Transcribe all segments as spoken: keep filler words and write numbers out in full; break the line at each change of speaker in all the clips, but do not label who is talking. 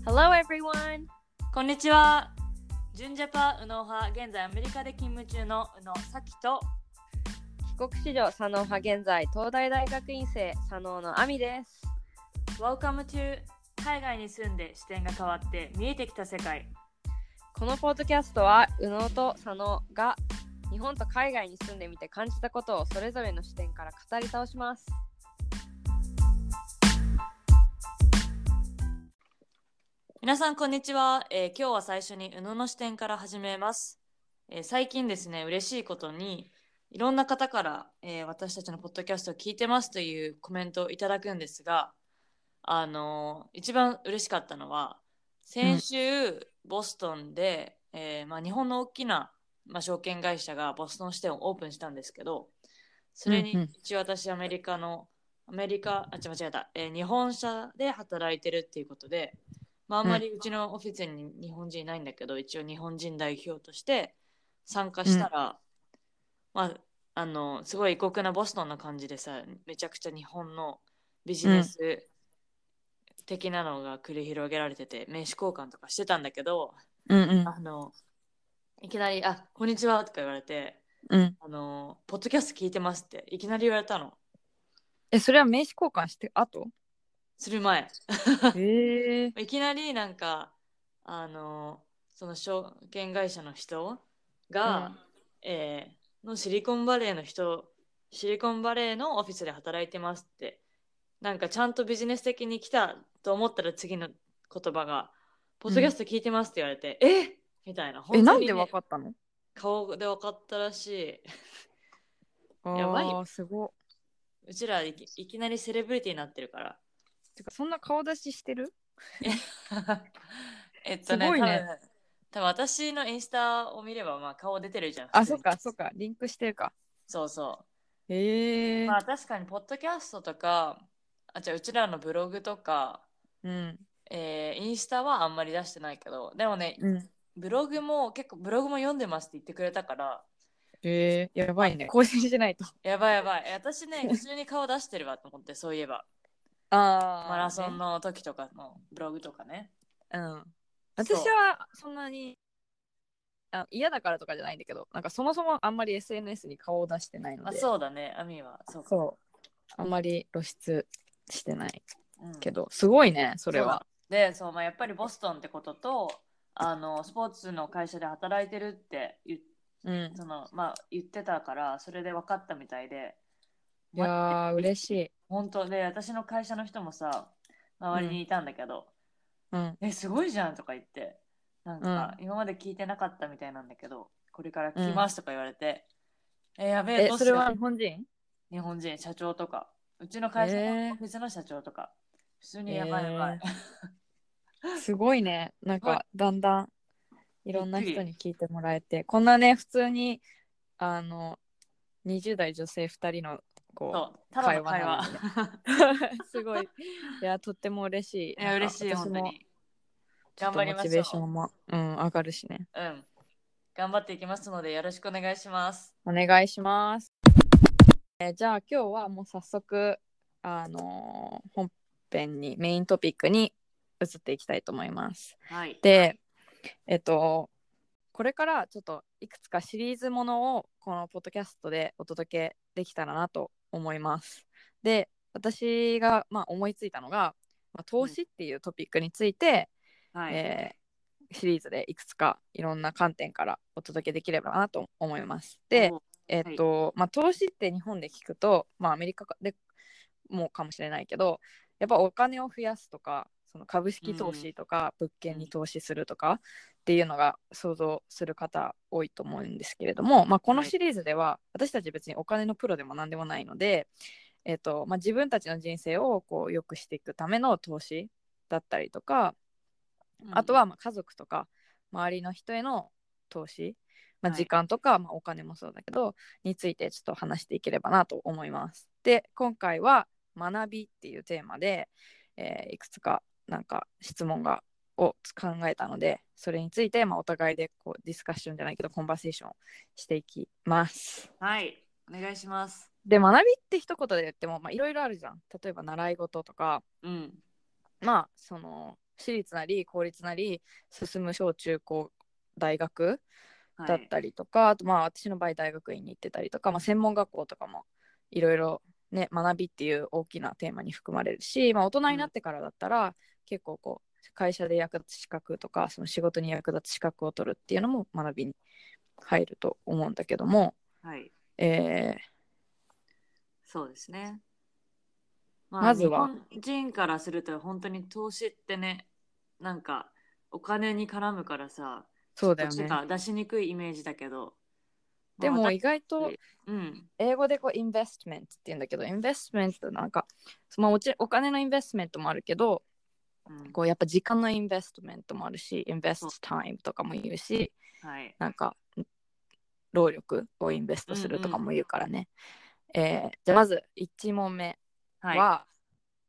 Hello everyone!
こんにちは。ジュンジャパ右脳派、現在アメリカで勤務中の宇野咲と
帰国子女左脳派、現在東大大学院生左脳の亜美です。
Welcome to 海外に住んで視点が変わって見えてきた世界。
このポッドキャストは右脳と左脳が日本と海外に住んでみて感じたことをそれぞれの視点から語り倒します。
皆さんこんにちは、えー、今日は最初に宇野の視点から始めます、えー、最近ですね、嬉しいことにいろんな方から、えー、私たちのポッドキャストを聞いてますというコメントをいただくんですが、あのー、一番嬉しかったのは先週ボストンで、うんえーまあ、日本の大きな、まあ、証券会社がボストン支店をオープンしたんですけど、それに一応私アメリカのアメリカあ違う間違えた、えー、日本社で働いてるっていうことで、まあ、あんまりうちのオフィスに日本人いないんだけど、うん、一応日本人代表として参加したら、うんまあ、あのすごい異国なボストンな感じでさ、めちゃくちゃ日本のビジネス的なのが繰り広げられてて、名刺交換とかしてたんだけど、
うんうん、
あのいきなり「あこんにちは」とか言われて、
うん、
あの「ポッドキャスト聞いてます」っていきなり言われたの。
え、それは名刺交換して後
する前
へ
いきなりなんかあのその証券会社の人が、うんえー、のシリコンバレーの人シリコンバレーのオフィスで働いてますってなんかちゃんとビジネス的に来たと思ったら次の言葉がポッドキャスト聞いてますって言われて、うん、えみたいな、
本当に、ね、え、なんで分かったの？
顔で分かったらしい。やばいよ、
すご
うちらい き, いきなりセレブリティになってるから。
てかそんな顔出ししてる？
えっとね、
すごいね。
多分多分私のインスタを見ればまあ顔出てるじゃん。
あ、そっかそっか、リンクしてるか。
そうそう。
へえ。
まあ確かにポッドキャストとか、あじゃあうちらのブログとか、
うん
えーインスタはあんまり出してないけど、でもね、
うん、
ブログも結構ブログも読んでますって言ってくれたから、
へえ、やばいね、更新しないと。
やばいやばい。私ね、普通に顔出してるわと思って、そういえば。
あ
マラソンの時とかのブログとかね。
うん。私はそんなにあ嫌だからとかじゃないんだけど、なんかそもそもあんまり エスエヌエス に顔を出してないので。
あ、そうだね、アミはそうか。
そう。あんまり露出してないけど、うん、すごいね、それは。
で、そう、まあ、やっぱりボストンってことと、あのスポーツの会社で働いてるって言っ、うん、そのまあ、言ってたから、それで分かったみたいで。
いやー、嬉しい。
本当で、私の会社の人もさ、周りにいたんだけど、うん、え、すごいじゃんとか言って、なんか、うん、今まで聞いてなかったみたいなんだけど、これから聞きますとか言われて、うん、え、やべえ、どうしよう。
え、それは日本人？
日本人、社長とか、うちの会社のオフィスの社長とか、えー、普通にやばいやばい。
えー、すごいね。なんか、だんだんいろんな人に聞いてもらえて、こんなね、普通に、あの、にじゅう代女性ふたりのこう
ただの会話
すごい、いやとっても嬉しい。
いや嬉しい、本当に
頑張りましょう。モチベーションも、うん、上がるしね。
うん頑張っていきますのでよろしくお願いします。
お願いします。えー、じゃあ今日はもう早速あのー、本編にメイントピックに移っていきたいと思います。
はい、
で、えっとこれからちょっといくつかシリーズものをこのポッドキャストでお届けできたらなと思います。で、私がまあ思いついたのが、まあ、投資っていうトピックについて、うんはいえー、シリーズでいくつかいろんな観点からお届けできればなと思います。で、えーっとはいまあ、投資って日本で聞くと、まあ、アメリカでもかもしれないけど、やっぱお金を増やすとか、その株式投資とか物件に投資するとかっていうのが想像する方多いと思うんですけれども、まあ、このシリーズでは私たち別にお金のプロでも何でもないので、えーとまあ、自分たちの人生をこう良くしていくための投資だったりとか、あとはまあ家族とか周りの人への投資、まあ、時間とか、まあ、お金もそうだけどについてちょっと話していければなと思います。で、今回は学びっていうテーマで、えー、いくつかなんか質問がを考えたので、それについてまあお互いでこうディスカッションじゃないけどコンバセーションしていきます。
はい、お願いします。
で、学びって一言で言ってもいろいろあるじゃん。例えば習い事とか、うん、まあその私立なり公立なり進む小中高大学だったりとか、はい、あとまあ私の場合大学院に行ってたりとか、まあ、専門学校とかもいろいろね学びっていう大きなテーマに含まれるし、まあ、大人になってからだったら、うん、結構こう会社で役立つ資格とかその仕事に役立つ資格を取るっていうのも学びに入ると思うんだけども、
はい、
えー、
そうですね。まあ、
まずは
日本人からすると本当に投資ってね、なんかお金に絡むからさ、
そうだよね。
ちょっと手が出しにくいイメージだけど、
でも意外と英語でこうインベストメントって言うんだけど、インベストメントなんか、まあ、お金のインベストメントもあるけど、うん、こうやっぱ時間のインベストメントもあるし、インベストタイムとかも言うし、
はい、
なんか労力をインベストするとかも言うからね。うんうん、えー、じゃあまずいち問目は、はい、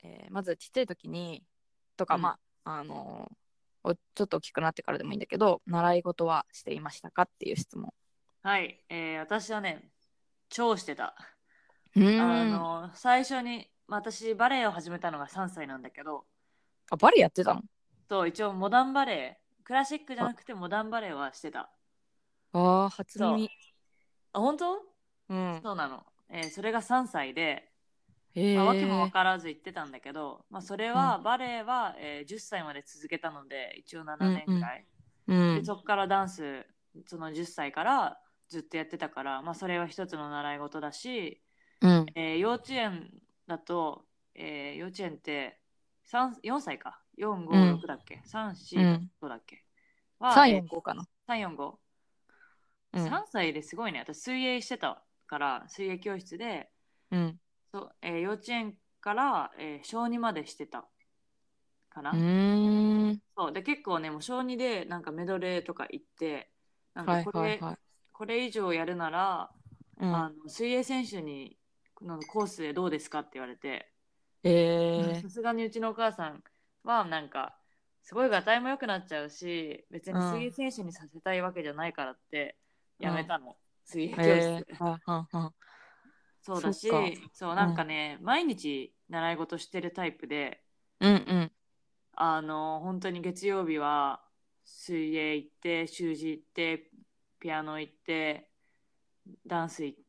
えー、まずちっちゃい時にとか、うん、まああのー、ちょっと大きくなってからでもいいんだけど、習い事はしていましたかっていう質問。
はい、えー、私はね超してた。
うん
あの最初に、まあ、私バレエを始めたのがさんさいなんだけど。
あ、バレエやってたの？
そう、一応モダンバレエ、クラシックじゃなくてモダンバレエはしてた。
ああ、初耳。
あ、本当？
うん。
そうなの。えーそれがさんさいで、
へ
まあ、訳も分
え。
からず言ってたんだけど、まあ、それは、
うん、
バレエは、えーじゅっさいまで続けたので、一応7
うん
年ぐらい。
うん
で、そこからダンス、そのじゅっさいからずっとやってたから、まあ、それは一つの習い事だし、
うん
えー幼稚園だと、えー幼稚園ってさんよんさいか。よん、ご、ろくだっけ？ さん、よん、ごだっけは、
さん、
えー
よん、ごかな。
さん、よん、ご。
うん
さんさいですごいね。私、水泳してたから、水泳教室で、
うん
そうえー幼稚園から、えー小にまでしてたか
う
な。
ーん。
そうで、結構ね、もう小にでなんかメドレーとか行って、なんか
はい
これ、
はいはい。
これ以上やるなら、
うん
あの水泳選手にのコースでどうですかって言われて、
え
さすがにうちのお母さんはなんか、すごいがたいも良くなっちゃうし、別
ー、
に水泳
うん
選手にさせたいわけじゃないからってやめ
うん
たの、水泳教室。
えー、ははは
そうだ
そっか。
し、そうなんか
うん
ね、毎日習い事してるタイプで、
うんうん
あの、本当に月曜日は水泳行って、習字行って、ピアノ行って、ダンス行って、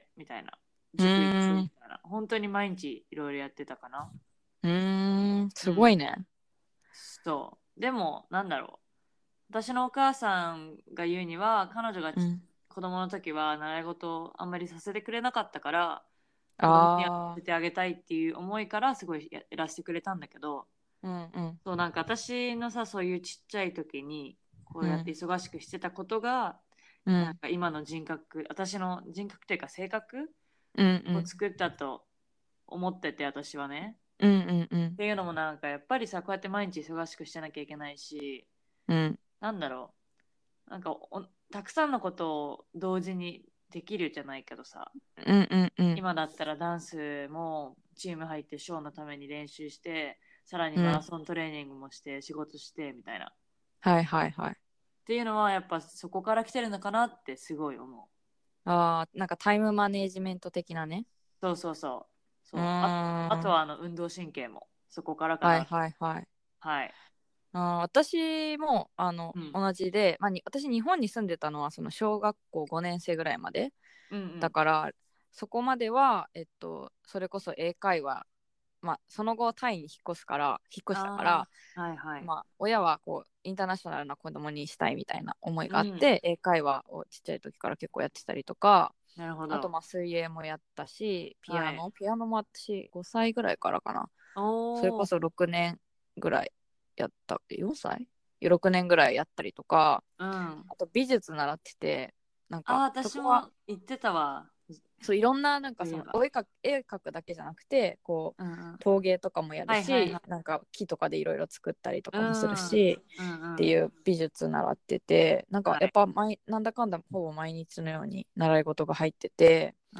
みたいな。
う
塾行って、
ーん
みたいな。本当に毎日いろいろやってたかな。
うーん
うん。
すごいね。
そう。でも、なんだろう。私のお母さんが言うには、彼女がち
うん
子供の時は習い事をあんまりさせてくれなかったから、子供にやら
あ
せてあげたいっていう思いからすごいやらせてくれたんだけど、
ーうんうん
そうなんか私のさ、そういうちっちゃい時にこうやって
うん
忙しくしてたことが、
うん
なんか今の人格、私の人格というか性格
うんうん
を作ったと思ってて、私はね。
うんうんうん
っていうのもなんかやっぱりさ、こうやって毎日忙しくしてなきゃいけないし、
うん
なんだろう、なんかおたくさんのことを同時にできるじゃないけどさ、
うんうんうん
今だったらダンスもチーム入ってショーのために練習して、さらにマラ
うん
ソントレーニングもして仕事してみたいな。
はいはいはい。
っていうのはやっぱそこから来てるのかなってすごい思う。
あーなんかタイムマネージメント的なね。
そうそうそう。
うー
そう。あ、あと
ん
はあの運動神経もそこからか
はい
な。
はいはい。
はい。
あー私もあの
うん。
同じで、まあ、に私日本に住んでたのはその小学校ごねん生ぐらいまで
うんうん。
だからそこまでは、えっと、それこそ英会話、まあ、その後タイに引っ越すから引っ越したか
あ
ら、
あ、はいはい。
まあ、親はこうインターナショナルな子供にしたいみたいな思い
うん。
があって英会話をちっちゃい時から結構やってたりとか、
なるほど。
あとまあ水泳もやったしピア
はい。
ノピアノも私ごさいぐらいからかな、それ
おー。
こそろくねんぐらいやった、よんさい ろく 年ぐらいやったりとか、
うん。あ
あと美術習ってて、なんか
あ、
そこは
私も言ってたわ。
そういろんななんかそ
そういえば。
の絵描く絵描くだけじゃなくてこう
うんうん。
陶芸とかもやる
はいはいはい。
し、なんか木とかでいろいろ作ったりと
う
かもする
ん。
し
うんうん。
っていう美術習ってて、なんか
はい。
やっぱ毎なんだかんだほぼ毎日のように習い事が入ってて、
うん。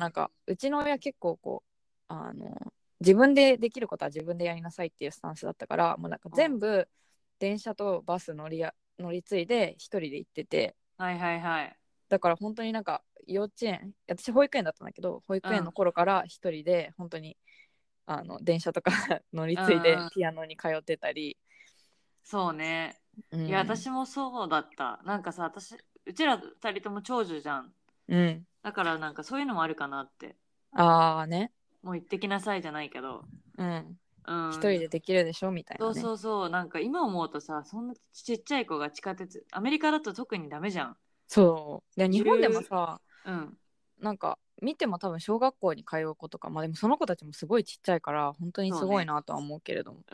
しかもなんかうちの親結構こうあの自分でできることは自分でやりなさいっていうスタンスだったから、もうなんか全部電車とバス乗りや乗り継いで一人で行ってて、
はいはいはい。
だから本当になんか幼稚園、私保育園だったんだけど保育園の
うん。
頃から一人で本当にあの電車とか乗り
うん
継いで
うん。
ピアノに通ってたり、
そうね。
うん、
いや、私もそうだった。なんかさ、私、うちら二人とも長女じゃん。
うん、
だからなんかそういうのもあるかなって。
ああね、
もう行ってきなさいじゃないけど。
うん、
うん。
一人でできるでしょみたい
そう
なね。
そうそう。なんか今思うとさ、そんなちっちゃい子が地下鉄、アメリカだと特にダメじゃん。
そうで日本でも
じゅう、
さ、
うん。
なんか見ても多分小学校に通う子とか、まあでもその子たちもすごいちっちゃいから本当にすごい
そうね。
なとは思うけれども
うん。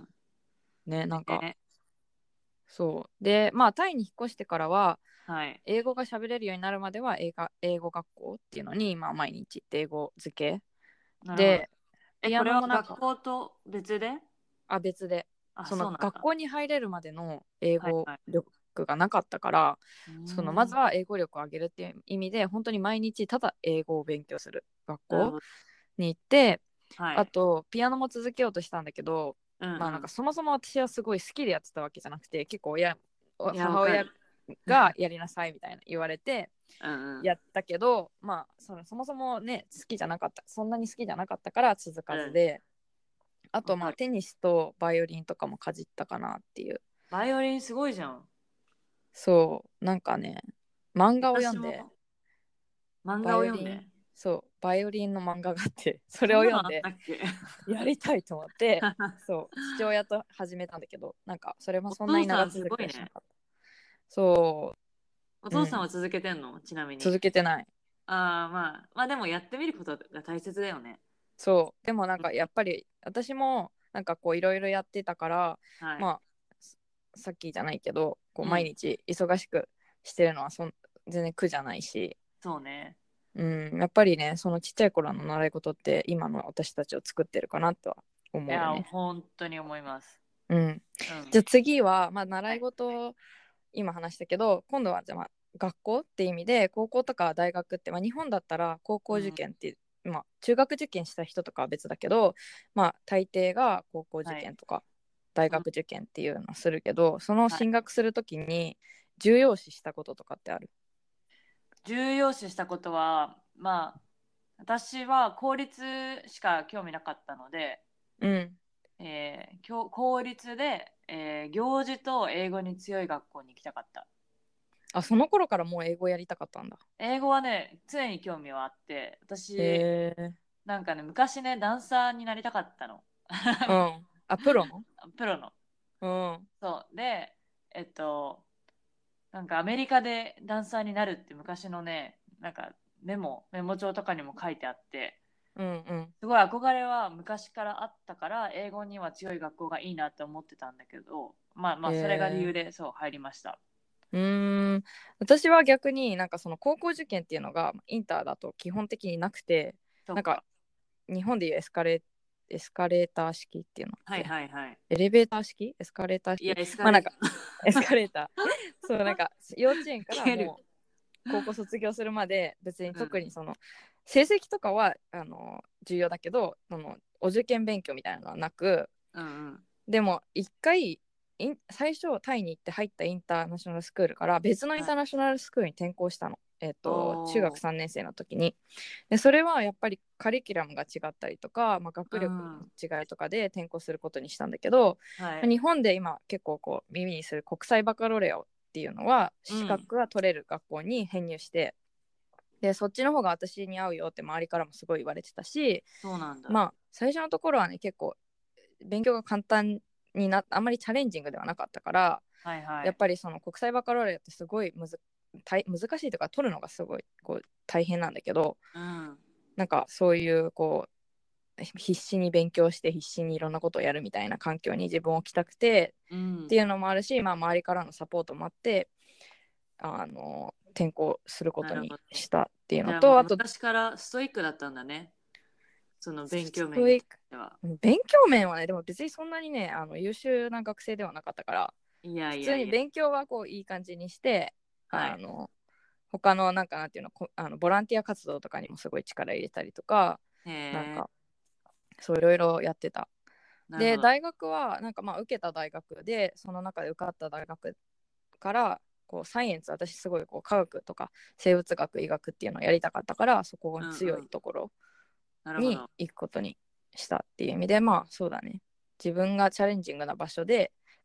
ね、なんか
ね。
そうで、まあタイに引っ越してからは
はい。
英語が喋れるようになるまでは英が英語学校っていうのに、まあ、毎日行って英語漬け
なるほど。
で、
え、
ピア
これは学
ノもなんか
校と別で？
あ別で、
あ、
その
そうなんだ。
学校に入れるまでの英語
はいはい。
力がなかったから、
うー
そのまず
ん。
は英語力を上げるっていう意味で本当に毎日ただ英語を勉強する学校
なるほど。
に行って、あ
はい。
とピアノも続けようとしたんだけど、
うん
まあなんか
う
そもそも私はすごい好きでやってたわけじゃなくて、結構親
ん。いや、わ
母親
かる。
がやりなさいみたいな言われて
うんうん。
やったけど、まあそのそもそもね好きじゃなかった、そんなに好きじゃなかったから続か
うん。
ずで、あとまあ
わかる。
テニスとバイオリンとかもかじったかなっていう。
バイオリンすごいじゃん。
そうなんかね、漫画を読
私も
んで、
漫画を
バイオリン、
読んで。
そうバイオリンの漫画があって、それ
そんなのあっ
を読んで
たっけ？
やりたいと思ってそう父親と始めたんだけど、なんかそれも
お
そんなに
父さんす
長続
ごいね。
きはしなかった。そ
お
う、うん、
父さんは続けてんのちなみに？
続けてない。
ああ、まあ、まあでもやってみることが大切だよね。
そうでもなんかやっぱり私もなんかこういろいろやってたから、
はい。
まあさっきじゃないけどこう毎
うん。
日忙しくしてるのはそん全然苦じゃないし、
そうね。
うん、やっぱりねそのちっちゃい頃の習い事って今の私たちを作ってるかなとは
いや、
思うよね。
本当に思います。
うん、
うん。
じゃあ次は、まあ、習い
はい。
事今話したけど、今度はじゃあ、まあ、学校って意味で高校とか大学って、まあ、日本だったら高校受
うん。
験って、まあ、中学受験した人とかは別だけど、まあ、大抵が高校受
はい。
験とか大
うん。
学受験っていうのをするけど、その
はい。
進学するときに重要視したこととかってある？
重要視したことは、まあ、私は公立しか興味なかったので、
うん。
えー、教公立で、えー行事と英語に強い学校に行きたかった。
あ、その頃からもう英語やりたかったんだ。
英語はね、常に興味はあって、私、
へえ。
なんかね、昔ね、ダンサーになりたかったの。
うん。あ、プロの？
プロの。
うん。
そう。で、えっと、なんかアメリカでダンサーになるって昔のね、なんかメモ、メモ帳とかにも書いてあって、
うんうん。
すごい憧れは昔からあったから、英語には強い学校がいいなって思ってたんだけど、まあま
へ
あ、それが理由
え。
でそう入りました。
うーん。私は逆になんかその高校受験っていうのがインターだと基本的になくて、なんか
そっか。
日本でいうエスカレ、エスカレーター式っていうのっ
はい
け、
はいはい。
エレベーター式エスカレーター
いや、
式、
エスカレータ
まあなんかエスカレーターそうなんか幼稚園か
ー。蹴る。
らもう高校卒業するまで別に
うん。
特にその成績とかはあの重要だけど、そのお受験勉強みたいなのはなく、
うんうん。
でも一回イン最初タイに行って入ったインターナショナルスクールから別のイン
はい。
ターナショナルスクールに転校したの、えっと中学
おー。
さんねん生の時に。でそれはやっぱりカリキュラムが違ったりとか、まあ、
う
学力の
ん。
違いとかで転校することにしたんだけど、
はい。
日本で今結構こう耳にする国際バカロレオっていうのは資
うん。
格が取れる学校に編入して、でそっちの方が私に合うよって周りからもすごい言われてたし、
そうなんだ。
まあ最初のところはね結構勉強が簡単になあんまりチャレンジングではなかったから、
はいはい。
やっぱりその国際バカロレアってすごいむず難しいというか取るのがすごいこう大変なんだけど、
うん。
なんかそういうこう必死に勉強して必死にいろんなことをやるみたいな環境に自分を置きたくて
うん。
っていうのもあるし、まあ、周りからのサポートもあってあの転校することに
なるほど。
したっていう
じゃあもう
のと、あと
昔からストイックだったんだね。その勉強面につい
ストイック
ては。
勉強面はねでも別にそんなにねあの優秀な学生ではなかったから、
いや
普
いやいや。
通に勉強はこういい感じにして、
はい。
あの他のなんかなんていうのこあのボランティア活動とかにもすごい力入れたりとか、
へえ。
なんかそういろいろやってた。
なるほど。
で大学はなんかまあ受けた大学でその中で受かった大学からこうサイエンス、私すごいこう科学とか生物学医学っていうのをやりたかったから、そこに強い
うんうん。
ところに
なるほど。
行くことにしたっていう意味で、まあそうだね、自分がチャレンジングな場所で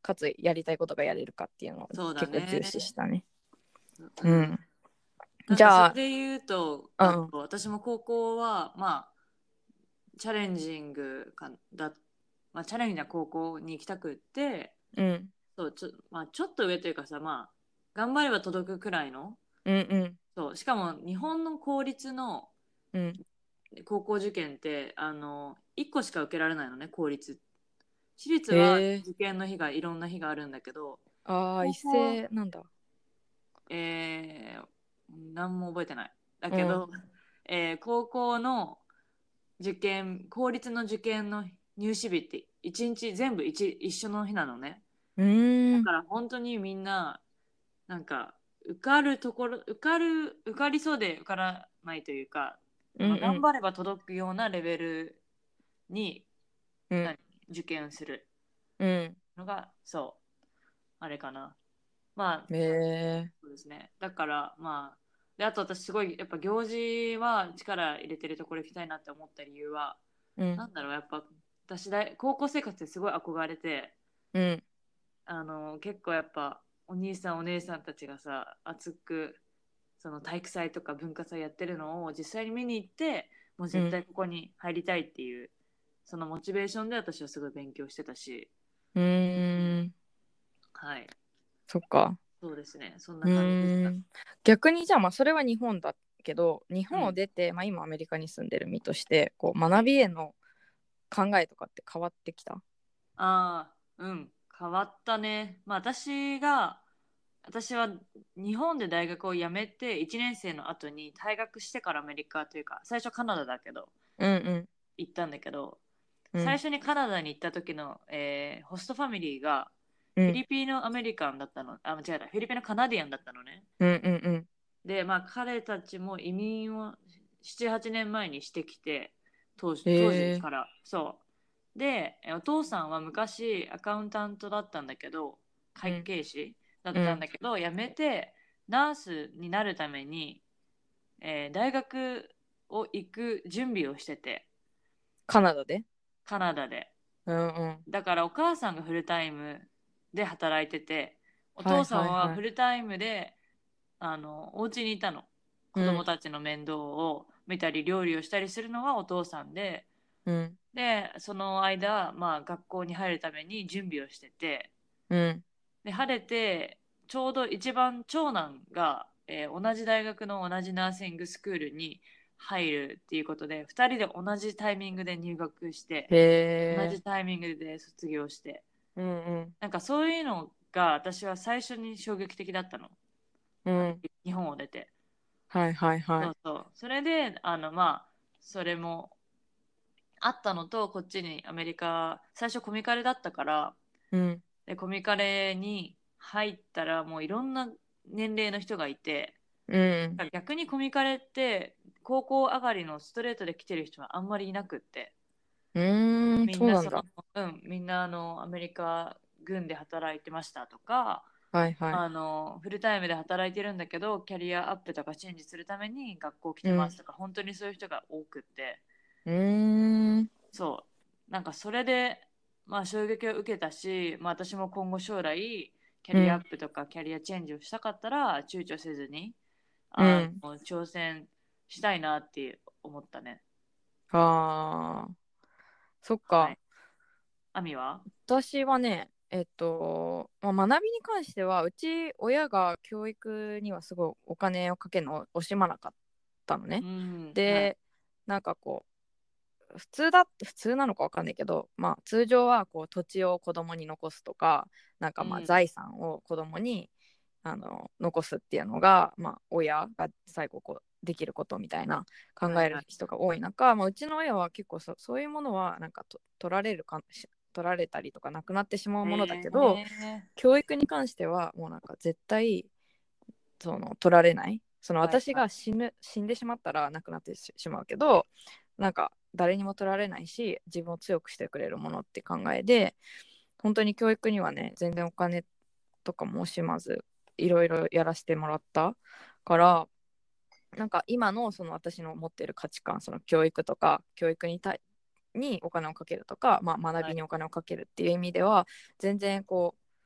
かつやりたいことがやれるかっていうのを結構重視したね。うん、うん、
なん
じゃあ
かそれで言うと、
うん、
あの私も高校はまあチャレンジングかだ、まあ、チャレンジな高校に行きたくって、
うん、
そうちょ、まあ、ちょっと上というかさ、まあ、頑張れば届くくらいの、
うん、
そうしかも日本の公立の
うん、
高校受験ってあのいっこしか受けられないのね、公立。私立は
へえ、
受験の日がいろんな日があるんだけど、
ああ、一
高校は、
斉なんだ。
えー、何も覚えてない。だ
うん、
けど、えー高校の受験、公立の受験の入試日って一日全部一一緒の日なのね。
うーん、
だから本当にみんな、なんか、受かるところ、受かる、受かりそうで受からないというか、
うん、
まあ、
うん、
頑張れば届くようなレベルに
うん、
何受験する
うん、
のが、そう、あれかな。まあ、
へえ、
そうですね。だから、まあ、で、あと私すごい、やっぱ行事は力入れてるところ行きたいなって思った理由は、
うん、
なんだろう、やっぱ、私大、高校生活ですごい憧れて、
うん、
あの、結構やっぱ、お兄さんお姉さんたちがさ、熱く、その体育祭とか文化祭やってるのを実際に見に行って、もう
うん、
絶対ここに入りたいっていう、そのモチベーションで私はすごい勉強してたし、
うーん、
はい、
そっか。
そうですね、そん
う
な感じでした。
ーん、逆にじゃあまあそれは日本だけど、日
うん。
本を出て、まあ、今アメリカに住んでる身としてこう学
はい。
びへの考えとかって変わってきた？
ああ、うん、変わったね。まあ私が、私は日本で大学を辞めていちねん生の後に退学してからアメリカというか、最初カナダだけど、
うん、
行ったんだけど、
うん、うん、
最初にカナダに行った時の、えーホストファミリーが
うん、
フィリピンのアメリカンだったの、あ、間違えた、フィリピンのカナディアンだったのね。
うん、うん、うん、
で、まあ彼たちも移民をなな、はちねんまえにしてきて、当時、当時
へえ、
から、そう。で、お父さんは昔アカウンタントだったんだけど、会
うん、
計士だったん
うん、
だけど、辞めて、ナースになるために、えー大学を行く準備をしてて、
カナダで。
カナダで。
うん、うん、
だからお母さんがフルタイムで働いてて、お
はい
父さんは
はいはい。
フルタイムで、あの、お家にいたの。子供
うん、
たちの面倒を見たり、料理をしたりするのはお父さんで、
うん、
で、その間、まあ、学校に入るために準備をしてて、
うん、
で、晴れて、ちょうど一番長男が、えー同じ大学の同じナーシングスクールに入るっていうことで、ふたりで同じタイミングで入学して、
へ
同
え、
じタイミングで卒業して、
うん、うん、
なんかそういうのが私は最初に衝撃的だったの。あの
うん、
日本を出て。
はいはいはい。
そうそう。それで、あの、まあ、それもあったのと、こっちにアメリカ、最初コミカレだったから、
うん、
で、コミカレに入ったらもういろんな年齢の人がいて、
うん、
逆にコミカレって高校上がりのストレートで来てる人はあんまりいなくって、
うーん、
みんなその、
そうなんだ。
うん、みんなあのアメリカ軍で働いてましたとか、
はいはい。
あのフルタイムで働いてるんだけどキャリアアップとかチェンジするために学校来
うん、
てますとか、本当にそういう人が多くって、
うーん、
そうなんかそれでまあ衝撃を受けたし、まあ、私も今後将来キャ
うん、
リアアップとかキャリアチェンジをしたかったら躊躇せずにあ
うん。
の挑戦したいなって思ったね。
ああ、そっか。
はい。アミは？
私はね、えっと、まあ、学びに関しては、うち親が教育にはすごいお金をかけるのを惜しまなかったのね。
うん、はい。
で、なんかこう、普通だ、普通なのかわかんないけど、まあ、通常はこう土地を子供に残すとか、なんかまあ
うん、
財産を子供にあの残すっていうのが、まあ、親が最後こうできることみたいな考える
はいはい。
人が多い中、まあ、うちの親は結構そそういうものはなんかと取られるか取られたりとかなくなってしまうものだ
へ
けど、
え。
教育に関してはもうなんか絶対その取られない。その私
はいはい。
が死ぬ死んでしまったらなくなってしまうけど、なんか誰にも取られないし自分を強くしてくれるものって考えで、本当に教育にはね全然お金とかも惜しまずいろいろやらせてもらったから、なんか今のその私の持っている価値観、その教育とか教育に対にお金をかけるとか、まあ、学
はい。
びにお金をかけるっていう意味では全然こう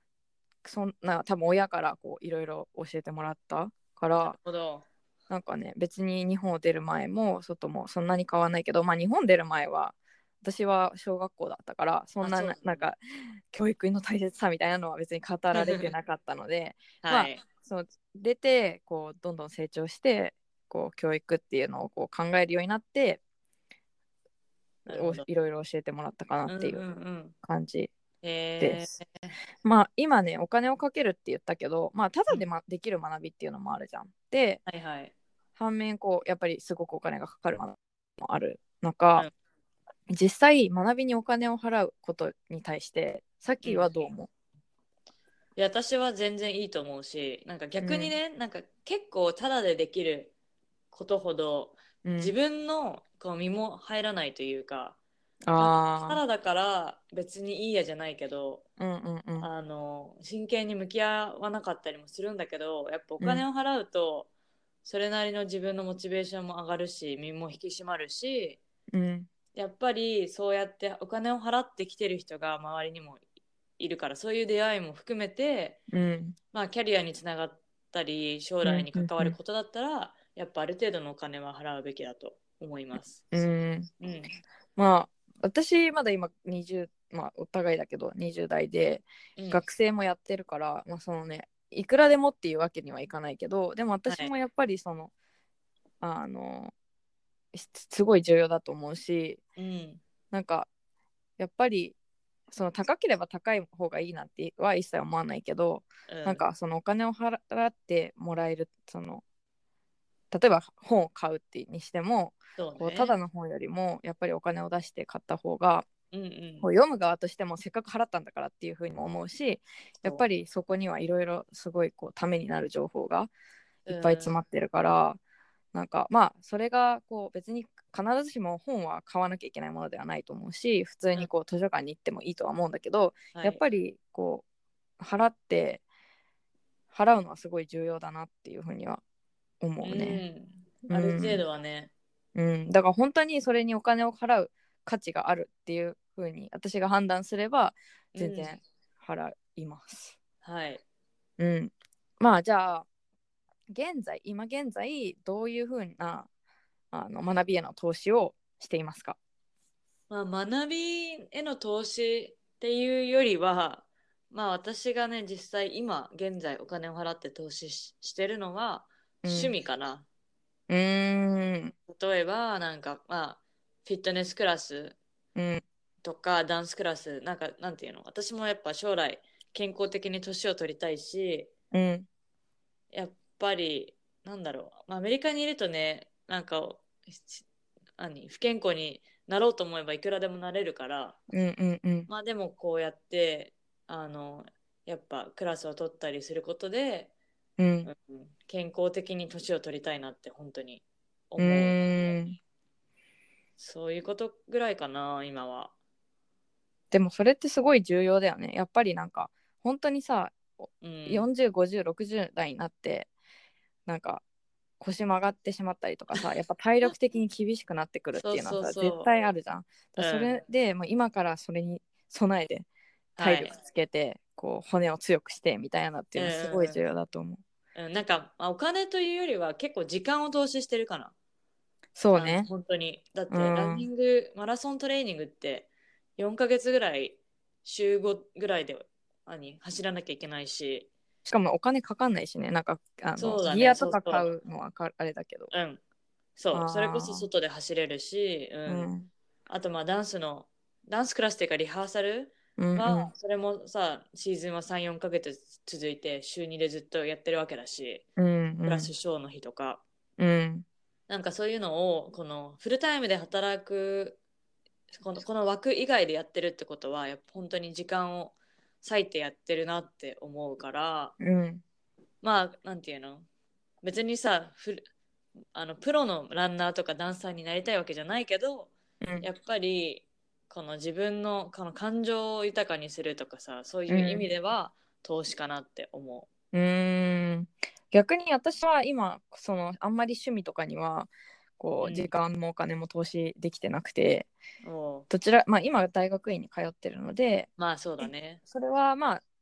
そんな多分親からこういろいろ教えてもらったから、
なるほど。
なんかね別に日本を出る前も外もそんなに変わらないけど、まあ日本出る前は私は小学校だったからそんな、
あ、そう
なんか教育の大切さみたいなのは別に語られてなかったのでまあ
はい。
そう出てこうどんどん成長してこう教育っていうのをこう考えるようになって
なるほど。
いろいろ教えてもらったかなっていう
うんうんうん。
感じで
へ
す。
え。
まあ今ねお金をかけるって言ったけど、まあただで、
うん。
ま、できる学びっていうのもあるじゃん。で
はいはい。
反面こうやっぱりすごくお金がかかる学びもある中、
うん。
実際学びにお金を払うことに対してさっき
うん。
はどう思
いや、私は全然いいと思うし、なんか
う？うん
逆にね、なんか結構タダでできることほど自
うん
分のこう身も入らないというか、なんかタ
あ
ダだから別にいいやじゃないけど、
ーうんうんうん
あの真剣に向き合わなかったりもするんだけど、やっぱお
うん
金を払うとそれなりの自分のモチベーションも上がるし、身も引き締まるし、
うん
やっぱりそうやってお金を払ってきてる人が周りにもいるから、そういう出会いも含めて、
うん
まあ、キャリアにつながったり将
うん
来に
うんうん
関わることだったら、やっぱある程度のお金は払うべきだと思います。
うん
うん。
まあ私まだ今にじゅう、まあお互いだけどにじゅう代で
うん。
学生もやってるから、まあそのねいくらでもっていうわけにはいかないけど、でも
はい。
私もやっぱりそのあのすごい重要だと思うし、
うん。
なんかやっぱりその高ければ高い方がいいなんては一切思わないけど、
うん。
なんかそのお金を払ってもらえるその例えば本を買うってにしてもこうた
そうね。
だの本よりもやっぱりお金を出して買った方が
うんうん。
こう読む側としてもせっかく払ったんだからっていうふうにも思うし、やっぱ
そ
りそこにはいろいろすごいこうためになる情報が
う。
いっぱい
うん。
詰まってるから、なんかまあそれがこう別に必ずしも本は買わなきゃいけないものではないと思うし、普通
うん。
にこう図書館に行ってもいいとは思うんだけど、
はい。
やっぱりこう払って払うのはすごい重要だなっていうふうには
う
思うね。
ん。
う
ある程
ん、
度はね。
うん、だから本当にそれにお金を払う価値があるっていうふうに私が判断すれば
うん。
全然払います。
はい。
うん、まあじゃあ現在今現在どういうふうなあの学びへの投資をしていますか？
まあ、学びへの投資っていうよりは、まあ私がね、実際今現在お金を払って投資し、してるのは趣
うん。
味かな。
うーん。
例えば、なんか、まあ、フィットネスクラス
うん。
とかダンスクラス、なんか、なんていうの、私もやっぱ将来健康的に年を取りたいし、
うん。
やっぱり、なんだろう、まあ、アメリカにいるとね、なんか、し何、不健康になろうと思えばいくらでもなれるから、
うん。うん。うん。
まあでもこうやって、あの、やっぱクラスを取ったりすることで、
うん。
うん、健康的に年を取りたいなって本当に
う
思う。
ーん。
そういうことぐらいかな、今は。
でもそれってすごい重要だよね。やっぱりなんか本当にさ、
うん。
よんじゅう、ごじゅう、ろくじゅう代になってなんか腰曲がってしまったりとかさ、やっぱ体力的に厳しくなってくるっ
そうそう
ていうのはさ、絶
そ
対あるじゃん。
う。
だそ
うん。
れで、もう今からそれに備えて
はい。
体力つけて、こう骨を強くしてみたいなってい
うん
うのはすごい
うん
重要だと思う。
うん。うん、なんか、まあ、お金というよりは結構時間を投資してるかな。あの、
そうね。
本当に。だっ
う
て、ランニ
ん。
ング、マラソントレーニングってよんかげつぐらい、週ごぐらいで、何、走らなきゃいけないし、
しかもお金かかんないしね。なんかあの
そうだね、
ギアとか
そうそ
買うのはかあれだけど。
う。うん。そう。それこそ
あ
外で走れるし、う
あ、う
ん。
ん。
あと、まあ、ダンスの、ダンスクラスっていうか、リハーサルは、
うんうん。
それもさ、シーズンはさん、よんかげつ続いて、週にでずっとやってるわけだし、
うん
プラ
うん。
スショーの日とか、
うん。
なんかそういうのを、このフルタイムで働く、この、この枠以外でやってるってことは、やっぱ本当に時間を割いてやってるなって思うから、
うん。
まあ、なんていうの、別にさ、フルあのプロのランナーとかダンサーになりたいわけじゃないけど、
うん。
やっぱりこの自分のこの感情を豊かにするとかさ、そういう意味
うん
では投資かなって思
うーん。逆に私は今そのあんまり趣味とかには
う。
こう時
うん。
間もお金も投資できてなくて、
おう、
どちらまあ今大学院に通ってるので、
まあそうだね。
それはまあ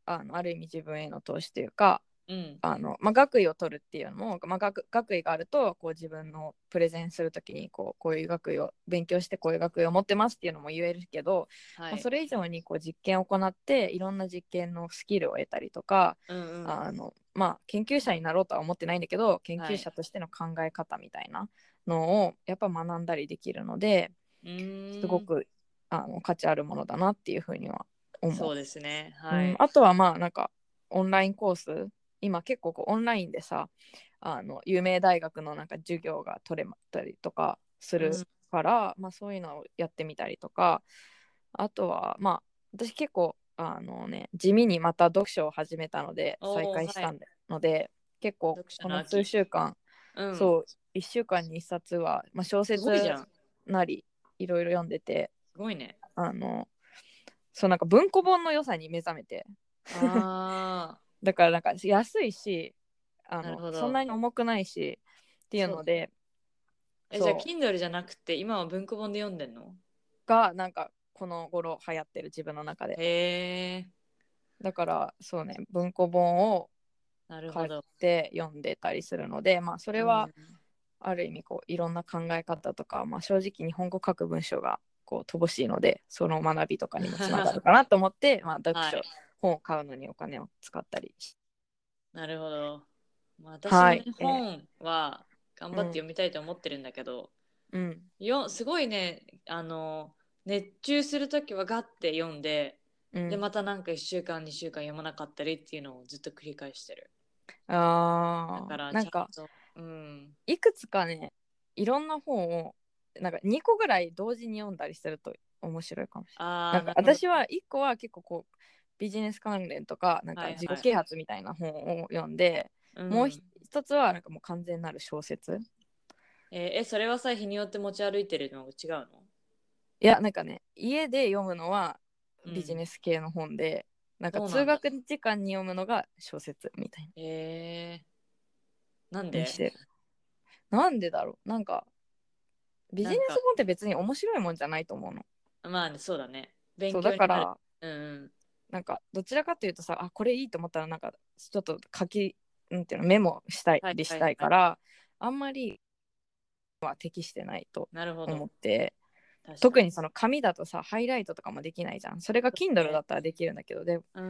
あのある意味自分への投資というか、
うん
あのまあ、学位を取るっていうのも、まあ、学学位があるとこう自分のプレゼンするときにこうこういう学位を勉強してこういう学位を持ってますっていうのも言えるけど、まあ、
はい。
それ以上にこう実験を行っていろんな実験のスキルを得たりとか、
うんうん。
あのまあ、研究者になろうとは思ってないんだけど研
はい
究者としての考え方みたいなのをやっぱ学んだりできるので、
うーん。
すごくあの価値あるものだなっていうふうには思う。
そうですね。
うん、
はい。
あとはまあなんかオンラインコース、今結構こうオンラインでさ、あの有名大学のなんか授業が取れたりとかする
うん
から、まあ、そういうのをやってみたりとか、あとはまあ私結構あのね地味にまた読書を始めたので再
おー、はい。
開したので、結構
読書
この数
の秋。
週間、
うん。
そういっしゅうかんにいっさつは、まあ、小
すごいじ
説
ゃん。す
なりいろいろ読んでて、
ごいね。
あのそうなんか文庫本の良さに目覚めて、
あ
だからなんか安いし、あ
ー、なる
の
ほど。
そんなに重くないしっていう
そうだね。
ので、
え、じゃあ、
そう
Kindle じゃなくて、今は文庫本で読んでんの？
がなんかこの頃流行ってる自分の中で、
へえ、
だからそうね文庫本を買っ
なるほど。
て読んでたりするので、まあそれは
うん。
ある意味こういろんな考え方とか、まあ、正直日本語書く文章がこう乏しいのでその学びとかにもつながるかなと思って、まあ、読書
はい。
本を買うのにお金を使ったりし、
なるほど。まあ、私もね、
はい、え
本は頑
ー、
張って読みたいと思ってるんだけど、
うんうん
よ、すごいね、あの、熱中するときはガッて読んで、で、
うん
またなんかいっしゅうかん、にしゅうかん読まなかったりっていうのをずっと繰り返してる。だ
あ
からちゃん
ーなんか
と、うん。
いくつかねいろんな本をなんかにこぐらい同時に読んだりすると面白いかもしれない。
ああ、
なんか
なるほど。
私はいっこは結構こうビジネス関連とかなんか
はいはい。
自己啓発みたいな本を読んで、もう
うん。
一つはなんかもう完全なる小説。
えーえ、それはさ、日によって持ち歩いてるのが違うの？
いやなんかね家で読むのはビジ
うん。
ネス系の本で、なんか
そうなんだ。
通学時間に読むのが小説みたい
えー、なんで？
なにしてる。なんでだろう、なんかビジネ
なんか、
ス本って別に面白いもんじゃないと思うの。
まあね、そうだね。勉
そう
強になる。
だから
うんうん。
なんかどちらかというとさ、あこれいいと思ったらなんかちょっと書きなんていうのメモしたい
はい
りした
はいはい。
いから、あんまりは適してないと
なるほど。
思って、
確かに。
特にその紙だとさハイライトとかもできないじゃん。それが Kindle だったらできるんだけど、で
うん。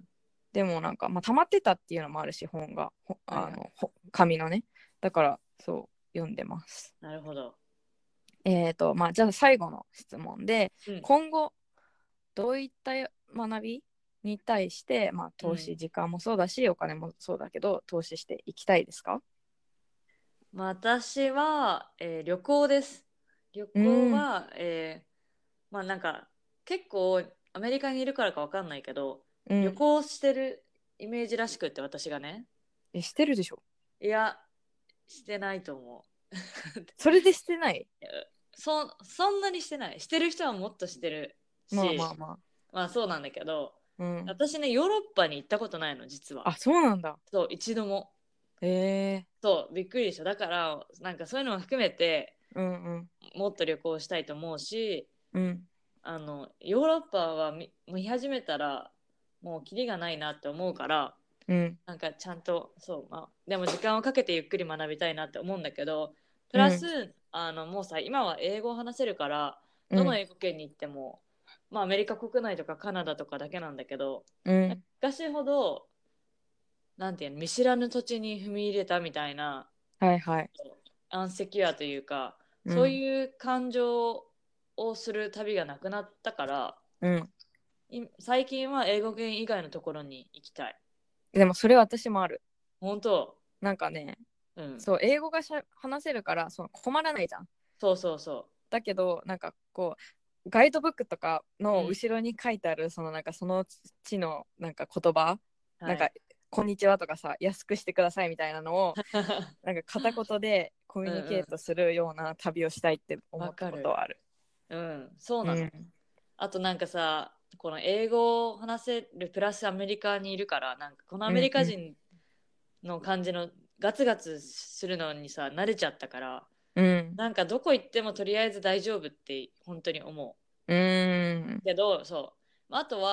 でもなんかまあ溜まってたっていうのもあるし本が
はいはい。
あの紙のね、だからそう読んでます。
なるほど。
えーとまあじゃあ最後の質問で、
うん。
今後どういった学びに対して、まあ、投資、
うん。
時間もそうだしお金もそうだけど投資していきたいですか？
まあ私は、えー旅行です。旅
うーん
行は、えーまあなんか結構アメリカにいるからかわかんないけど、旅
うん
行してるイメージらしくって私がね、
えしてるでしょ？
いや、してないと思う。
それでしてない？
そ、そんなにしてない。してる人はもっとしてる
まあま
し、
あま
まあそうなんだけど、
あうん
私ね、ヨーロッパに行ったことないの、実は。
あそうなんだ。
そう、一度も。
え
そう、びっくりでしょ。だから、なんかそういうのも含めて、
ー、うんうん
もっと旅行したいと思うし、
うん
あの、ヨーロッパは見、見始めたら、もうキリがないなって思うから、
うん
なんかちゃんと、そう、まあ、でも時間をかけてゆっくり学びたいなって思うんだけど、プ
うん
ラス、あの、もうさ、今は英語を話せるから、
うん
どの英語圏に行っても、まあ、アメリカ国内とかカナダとかだけなんだけど、
うん
昔ほど、なんていうの、見知らぬ土地に踏み入れたみたいな、
はいはい
アンセキュアというか、そう
うん
いう感情をする旅がなくなったから、
うん
い最近は英語圏以外のところに行きたい。
でもそれ私もある。
本当？
なんかね
うん。
そう英語がしゃ話せるからその困らないじゃん。
そうそうそ
だけどなんかこうガイドブックとか
う。う
の
ん。
後ろに書いてあるそのなんかその地のなんか言葉、なんか
はい。
こんにちはとかさ安くしてくださいみたいなのをなんか片言でコミュニケー
うんうん。
トするような旅をしたいって思った
わかる。
ことはある。
うん。そうなの。
うん
あとなんかさ、この英語を話せるプラスアメリカにいるから、なんかこのアメリ
うんうん
カ人の感じのガツガツするのにさ、慣れちゃったから、
うん
なんかどこ行ってもとりあえず大丈夫って本当に思う。
うん
けど、そう。あとは、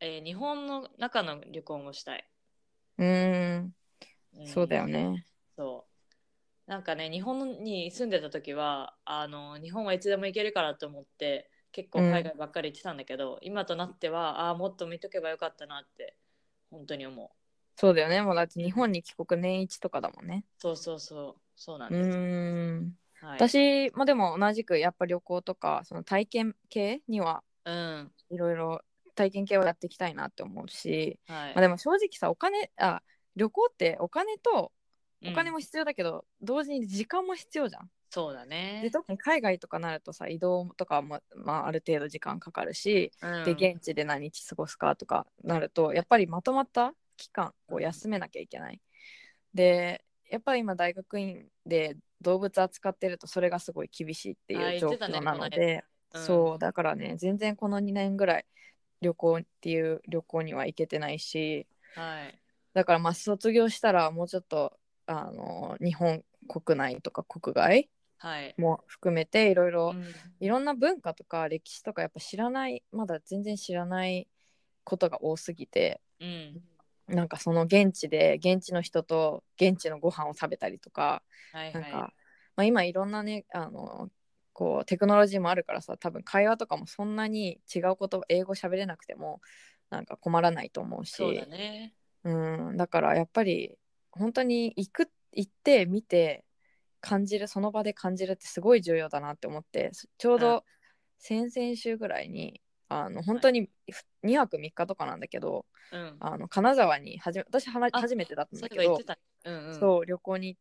えー日本の中の旅行もしたい。
うーん、
うん、
そうだよね。
そうなんかね、日本に住んでた時はあの日本はいつでも行けるからと思って結構海
うん、
外ばっかり行ってたんだけど、今となってはああもっと見とけばよかったなって本当に思
そうだよね。もうだって
う。
日本に帰国年一とかだもんね。
そうそうそうそうな
う
んです。
ーん。
はい。
私もでも同じくやっぱ旅行とかその体験系には
うん。
いろいろ体験系をやっていきたいなって思うし、まあ、
はい。
でも正直さ、お金あ旅行ってお金とお金
うん。
も必要だけど同時に時間も必要じゃん。
そうだ
で
ね。
特に海外とかなるとさ、移動とかも、まあ、ある程度時間かかるし、で
うん。
現地で何日過ごすかとかなるとやっぱりまとまった期間こう休めなきゃいけない。でやっぱり今大学院で動物扱ってるとそれがすごい厳しいってい
ああ、
う
言ってたね、
状況な
この間。
ので、
うん。
そうだからね、全然このにねんぐらい旅行っていう旅行には行けてないし、
はい。
だからまあ卒業したらもうちょっとあの日本国内とか国外
はい。
も含めていろいろ
うん。
いろんな文化とか歴史とかやっぱ知らないまだ全然知らないことが多すぎて、
うん。
なんかその現地で現地の人と現地のご飯を食べたりとか、
はいはい。
なんか、まあ、今いろんなねあのこうテクノロジーもあるからさ、多分会話とかもそんなに違うこと、英語喋れなくてもなんか困らないと思う
そうだ
し、
ね。
うん、だからやっぱり本当に行く行って見て感じる、その場で感じるってすごい重要だなって思って、ちょう
うん。は
ど先々週ぐらいにあの本当ににはくみっかとかなんだけど、
い。うん。
あの金沢にはじめ私はな
あ、
初めてだったん
そういえ
だけど、
ば言ってた。うんうん。
そう旅行に行って、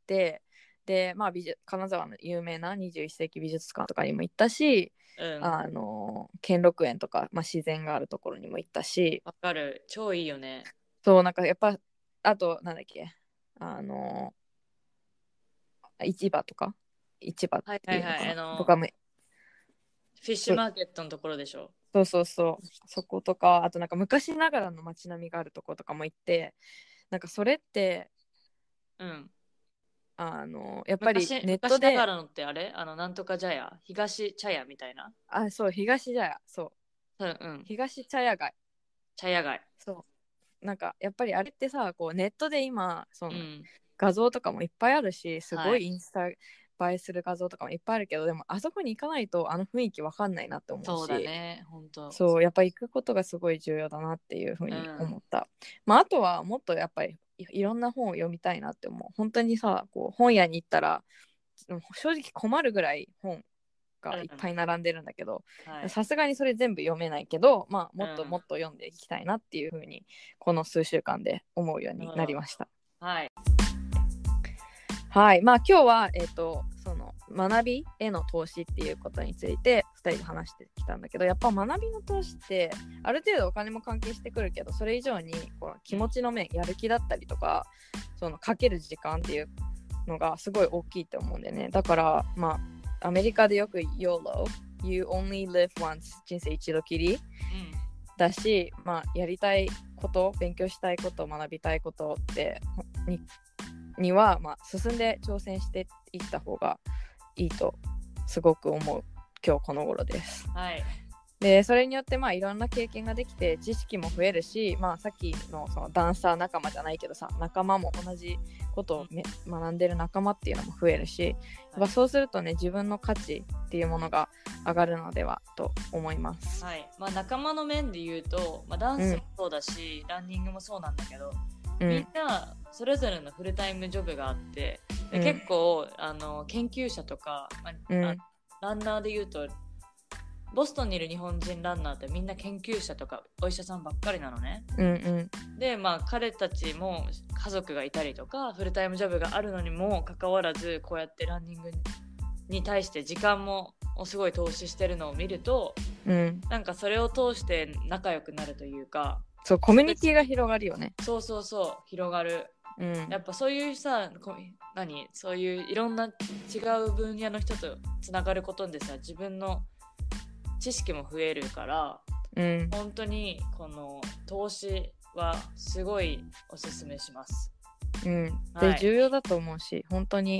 で、まあ、美術金沢の有名なにじゅういっ世紀美術館とかにも行ったし、
うん。
あの兼六園とか、まあ、自然があるところにも行ったし、
わかる。超いいよね。
そうなんかやっぱあとなんだっけ、あの市場とか市場っ
はいはいはい。あ
ていうのかなと
の、
かも、
フィッシュマーケットのところでしょ。
そうそうそうそことか、あとなんか昔ながらの街並みがあるとことかも行って、なんかそれって
うん。
あのやっぱり
昔、
ネットで、
昔ながらのってあれあの、なんとか茶屋東茶屋みたいな。
あそう東茶屋、そう
うんうん。
東茶屋街、
茶屋街。
そうなんかやっぱりあれってさ、こうネットで今その
うん。
画像とかもいっぱいあるし、すご
はい。
いインスタ映えする画像とかもいっぱいあるけど、でもあそこに行かないとあの雰囲気わかんないなって思う
そうだ
し、
ね。ほんと。
そうやっぱ行くことがすごい重要だなっていうふうに
うん。
思った。まああとはもっとやっぱりい、いろんな本を読みたいなって思う。本当にさ、こう本屋に行ったら正直困るぐらい本
うん。
がいっぱい並んでるんだけど、
はい。
さすがにそれ全部読めないけど、まあ、もっとも
うん。
っと読んでいきたいなっていうふうにこの数週間で思うように
なるほど。
なりました。
はい。
はい、まあ今日は、えーと、その学びへの投資っていうことについてふたりで話してきたんだけど、やっぱ学びの投資ってある程度お金も関係してくるけど、それ以上にこの気持ちの面、やる気だったりとか、そのかける時間っていうのがすごい大きいと思うんでね。だからまあアメリカでよく ヨーロー You only live once 人生一度きり
うん。
だし、まあやりたいこと、勉強したいこと、学びたいことってにには、まあ、進んで挑戦していった方がいいとすごく思う今日この頃です。
はい。
でそれによってまあいろんな経験ができて知識も増えるし、まあ、さっき の, そのダンサー仲間じゃないけどさ、仲間も同じことを、ね、学んでる仲間っていうのも増えるし、やっぱそうするとね、自分の価値っていうものが上がるのではと思います。
はい。まあ仲間の面で言うと、まあ、ダンスもそうだし、うん、ランニングもそうなんだけど、うん、みんなそれぞれのフルタイムジョブがあって、で、うん、結構あの研究者とか、まあうん、あランナーで言うとボストンにいる日本人ランナーってみんな研究者とかお医者さんばっかりなのね、
うんうん、
でまあ彼たちも家族がいたりとかフルタイムジョブがあるのにもかかわらず、こうやってランニングに対して時間もすごい投資してるのを見ると、うん、なんかそれを通して仲良くなるというか、
そうコミュニティが広がるよね。
そうそうそう広がる、うん、やっぱそういうさ、何そういういろんな違う分野の人とつながることでさ、自分の知識も増えるから、うん、本当にこの投資はすごいおすすめします。
うん、で、はい、重要だと思うし、本当に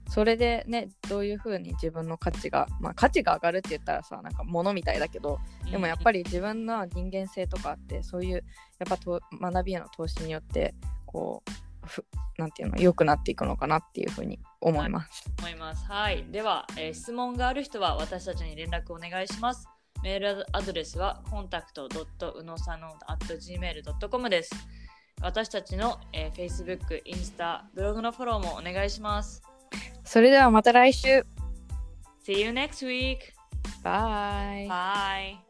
それでねどういうふうに自分の価値がまあ価値が上がるって言ったらさなんか物みたいだけど、でもやっぱり自分の人間性とかってそういうやっぱと学びへの投資によってこうふなんていうの良くなっていくのかなっていうふうに思います。
思います。はい。では、えー質問がある人は私たちに連絡お願いします。メールアドレスは コンタクト ドット ウノサノ アット ジーメール ドット コム です。私たちの、えー、Facebook、インスタ、ブログのフォローもお願いします。
それではまた来週。
See you next week!
Bye!
Bye!